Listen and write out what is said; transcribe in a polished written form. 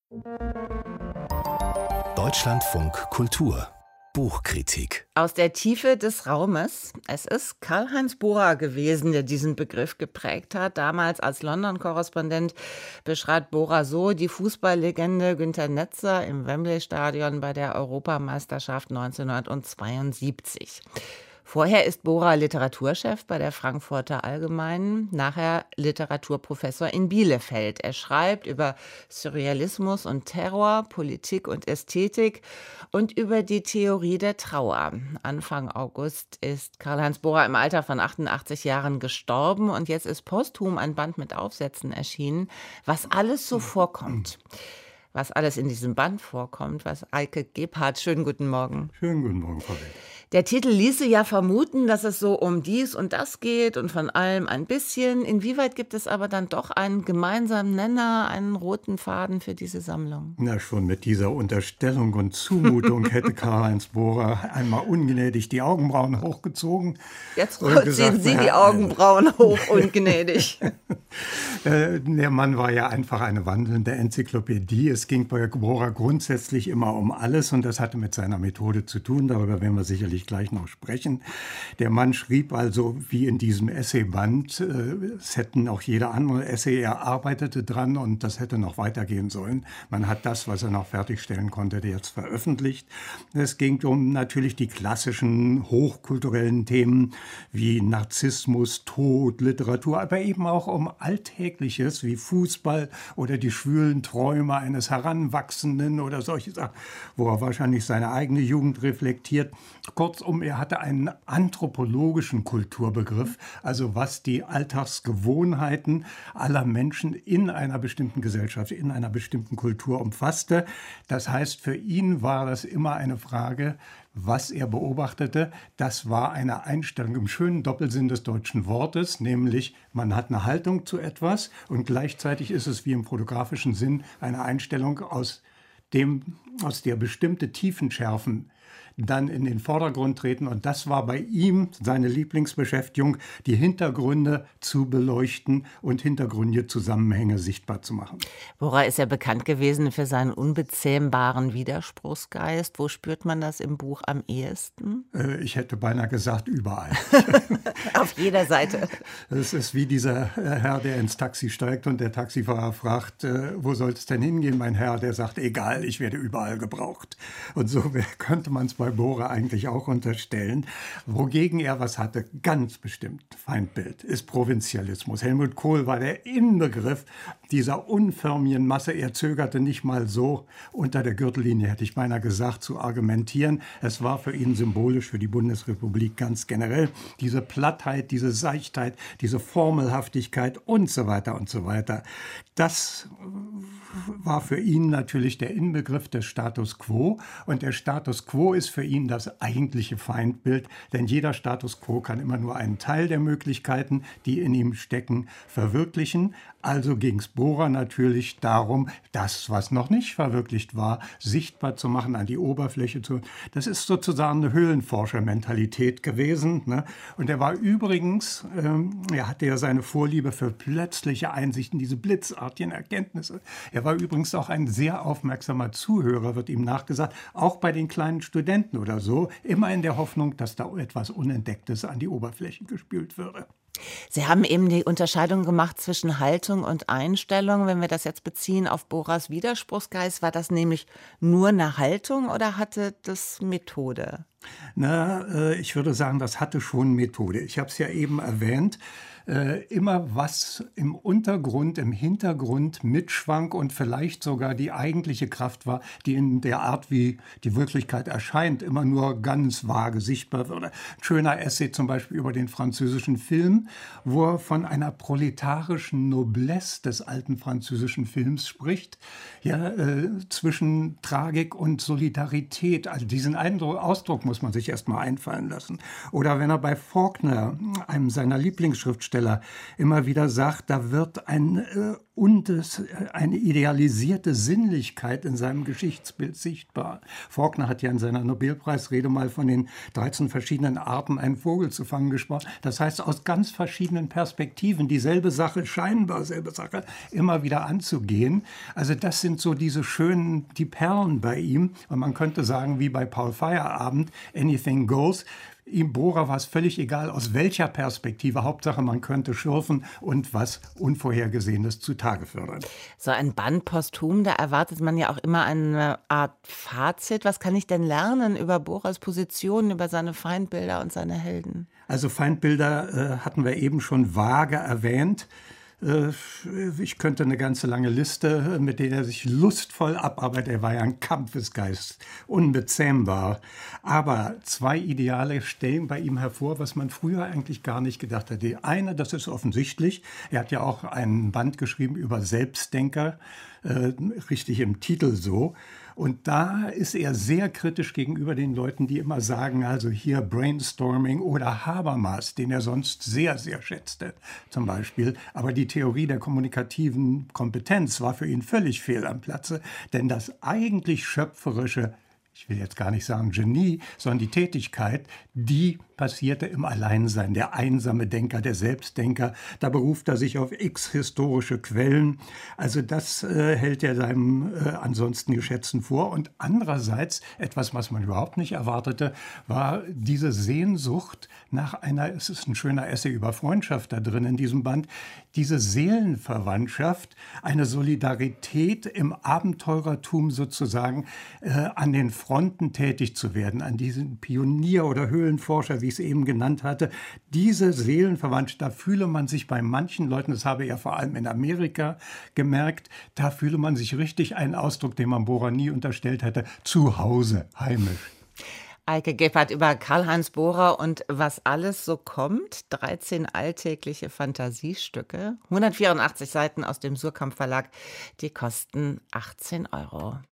Deutschlandfunk Kultur Buchkritik. Aus der Tiefe des Raumes. Es ist Karl-Heinz Bora gewesen, der diesen Begriff geprägt hat. Damals als London-Korrespondent beschreibt Bora so die Fußballlegende Günter Netzer im Wembley-Stadion bei der Europameisterschaft 1972. Vorher ist Bora Literaturchef bei der Frankfurter Allgemeinen, nachher Literaturprofessor in Bielefeld. Er schreibt über Surrealismus und Terror, Politik und Ästhetik und über die Theorie der Trauer. Anfang August ist Karl-Heinz Bora im Alter von 88 Jahren gestorben und jetzt ist posthum ein Band mit Aufsätzen erschienen, was alles so vorkommt. Was alles in diesem Band vorkommt, was Eike Gebhardt. Schönen guten Morgen. Schönen guten Morgen, Frau Wild. Der Titel ließe ja vermuten, dass es so um dies und das geht und von allem ein bisschen. Inwieweit gibt es aber dann doch einen gemeinsamen Nenner, einen roten Faden für diese Sammlung? Na, schon mit dieser Unterstellung und Zumutung hätte Karl-Heinz Bora einmal ungnädig die Augenbrauen hochgezogen. Jetzt ziehen Sie die Augenbrauen hoch, ungnädig. Der Mann war ja einfach eine wandelnde Enzyklopädie. Es ging bei Bora grundsätzlich immer um alles und das hatte mit seiner Methode zu tun. Darüber werden wir sicherlich gleich noch sprechen. Der Mann schrieb also, wie in diesem Essayband, es hätten auch jeder andere Essay, er arbeitete dran und das hätte noch weitergehen sollen. Man hat das, was er noch fertigstellen konnte, jetzt veröffentlicht. Es ging um natürlich die klassischen hochkulturellen Themen wie Narzissmus, Tod, Literatur, aber eben auch um Alltägliches wie Fußball oder die schwülen Träume eines Heranwachsenden oder solche Sachen, wo er wahrscheinlich seine eigene Jugend reflektiert. Kurzum, er hatte einen anthropologischen Kulturbegriff, also was die Alltagsgewohnheiten aller Menschen in einer bestimmten Gesellschaft, in einer bestimmten Kultur umfasste. Das heißt, für ihn war das immer eine Frage, was er beobachtete. Das war eine Einstellung im schönen Doppelsinn des deutschen Wortes, nämlich man hat eine Haltung zu etwas und gleichzeitig ist es wie im fotografischen Sinn eine Einstellung, aus der bestimmte Tiefenschärfen dann in den Vordergrund treten. Und das war bei ihm seine Lieblingsbeschäftigung, die Hintergründe zu beleuchten und hintergründige Zusammenhänge sichtbar zu machen. Bora ist ja bekannt gewesen für seinen unbezähmbaren Widerspruchsgeist. Wo spürt man das im Buch am ehesten? Ich hätte beinahe gesagt, überall. Auf jeder Seite. Es ist wie dieser Herr, der ins Taxi steigt und der Taxifahrer fragt, wo soll es denn hingehen, mein Herr? Der sagt, egal, ich werde überall gebraucht. Und so könnte man es bei Bora eigentlich auch unterstellen. Wogegen er was hatte, ganz bestimmt Feindbild, ist Provinzialismus. Helmut Kohl war der Inbegriff dieser unförmigen Masse. Er zögerte nicht mal so unter der Gürtellinie, hätte ich beinahe gesagt, zu argumentieren. Es war für ihn symbolisch für die Bundesrepublik ganz generell. Diese Plattheit, diese Seichtheit, diese Formelhaftigkeit und so weiter und so weiter. Das war für ihn natürlich der Inbegriff des Status quo. Und der Status quo ist für ihn das eigentliche Feindbild, denn jeder Status quo kann immer nur einen Teil der Möglichkeiten, die in ihm stecken, verwirklichen. Also ging es Bora natürlich darum, das, was noch nicht verwirklicht war, sichtbar zu machen, an die Oberfläche zu. Das ist sozusagen eine Höhlenforschermentalität gewesen, ne? Und er war übrigens, er hatte ja seine Vorliebe für plötzliche Einsichten, diese blitzartigen Erkenntnisse. Er war übrigens auch ein sehr aufmerksamer Zuhörer, wird ihm nachgesagt, auch bei den kleinen Studenten oder so, immer in der Hoffnung, dass da etwas Unentdecktes an die Oberfläche gespült würde. Sie haben eben die Unterscheidung gemacht zwischen Haltung und Einstellung. Wenn wir das jetzt beziehen auf Boras Widerspruchsgeist, war das nämlich nur eine Haltung oder hatte das Methode? Na, ich würde sagen, das hatte schon Methode. Ich habe es ja eben erwähnt. Immer was im Untergrund, im Hintergrund mitschwang und vielleicht sogar die eigentliche Kraft war, die in der Art, wie die Wirklichkeit erscheint, immer nur ganz vage sichtbar würde. Ein schöner Essay zum Beispiel über den französischen Film, wo er von einer proletarischen Noblesse des alten französischen Films spricht, ja, zwischen Tragik und Solidarität. Also diesen Ausdruck muss man sich erst mal einfallen lassen. Oder wenn er bei Faulkner, einem seiner Lieblingsschriftsteller, immer wieder sagt, da wird ein und eine idealisierte Sinnlichkeit in seinem Geschichtsbild sichtbar. Faulkner hat ja in seiner Nobelpreisrede mal von den 13 verschiedenen Arten, einen Vogel zu fangen, gesprochen. Das heißt, aus ganz verschiedenen Perspektiven dieselbe Sache, scheinbar selbe Sache, immer wieder anzugehen. Also das sind so diese schönen, die Perlen bei ihm. Und man könnte sagen, wie bei Paul Feyerabend, anything goes. Ihm Bohrer war es völlig egal, aus welcher Perspektive. Hauptsache, man könnte schürfen und was Unvorhergesehenes zutage fördern. So ein Band posthum, da erwartet man ja auch immer eine Art Fazit. Was kann ich denn lernen über Bohrers Position, über seine Feindbilder und seine Helden? Also Feindbilder hatten wir eben schon vage erwähnt. Ich könnte eine ganze lange Liste, mit der er sich lustvoll abarbeitet. Er war ja ein Kampfesgeist, unbezähmbar. Aber 2 Ideale stellen bei ihm hervor, was man früher eigentlich gar nicht gedacht hat. Die eine, das ist offensichtlich, er hat ja auch einen Band geschrieben über Selbstdenker, richtig im Titel so. Und da ist er sehr kritisch gegenüber den Leuten, die immer sagen, also hier Brainstorming oder Habermas, den er sonst sehr, sehr schätzte zum Beispiel. Aber die Theorie der kommunikativen Kompetenz war für ihn völlig fehl am Platze, denn das eigentlich schöpferische, ich will jetzt gar nicht sagen Genie, sondern die Tätigkeit, die passierte im Alleinsein. Der einsame Denker, der Selbstdenker, da beruft er sich auf x historische Quellen. Also das hält er seinem ansonsten Geschätzten vor. Und andererseits, etwas, was man überhaupt nicht erwartete, war diese Sehnsucht nach einer, es ist ein schöner Essay über Freundschaft da drin in diesem Band, diese Seelenverwandtschaft, eine Solidarität im Abenteurertum sozusagen, an den Fronten tätig zu werden, an diesen Pionier- oder Höhlenforscher, wie ich es eben genannt hatte. Diese Seelenverwandtschaft, da fühle man sich bei manchen Leuten, das habe ich ja vor allem in Amerika gemerkt, da fühle man sich richtig, einen Ausdruck, den man Bohrer nie unterstellt hätte, zu Hause, heimisch. Eike Gebhardt über Karl-Heinz Bohrer und was alles so kommt. 13 alltägliche Fantasiestücke, 184 Seiten aus dem Suhrkamp Verlag, die kosten 18 €.